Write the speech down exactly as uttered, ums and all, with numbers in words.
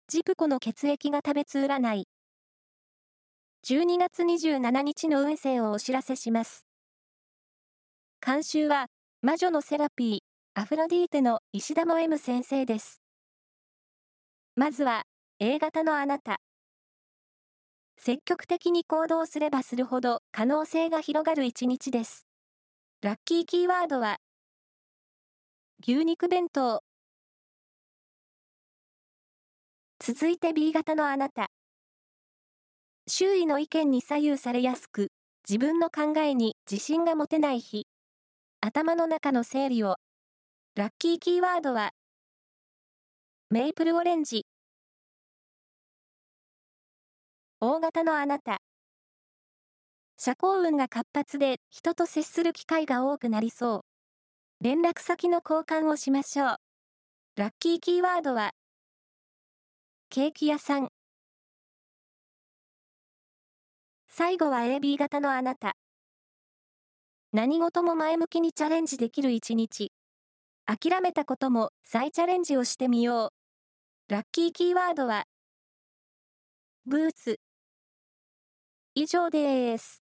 ジプコの血液が食べつ占い。じゅうにがつにじゅうしちにちの運勢をお知らせします。監修は、魔女のセラピー、アフロディーテの石田も M 先生です。まずは、A 型のあなた。積極的に行動すればするほど可能性が広がる一日です。ラッキーキーワードは、牛肉弁当。続いて B 型のあなた。周囲の意見に左右されやすく、自分の考えに自信が持てない日。頭の中の整理を。ラッキーキーワードは、メイプルオレンジ。O 型のあなた。社交運が活発で人と接する機会が多くなりそう。連絡先の交換をしましょう。ラッキーキーワードは、ケーキ屋さん。最後は エービー 型のあなた。何事も前向きにチャレンジできる一日。諦めたことも再チャレンジをしてみよう。ラッキーキーワードは、ブーツ。以上です。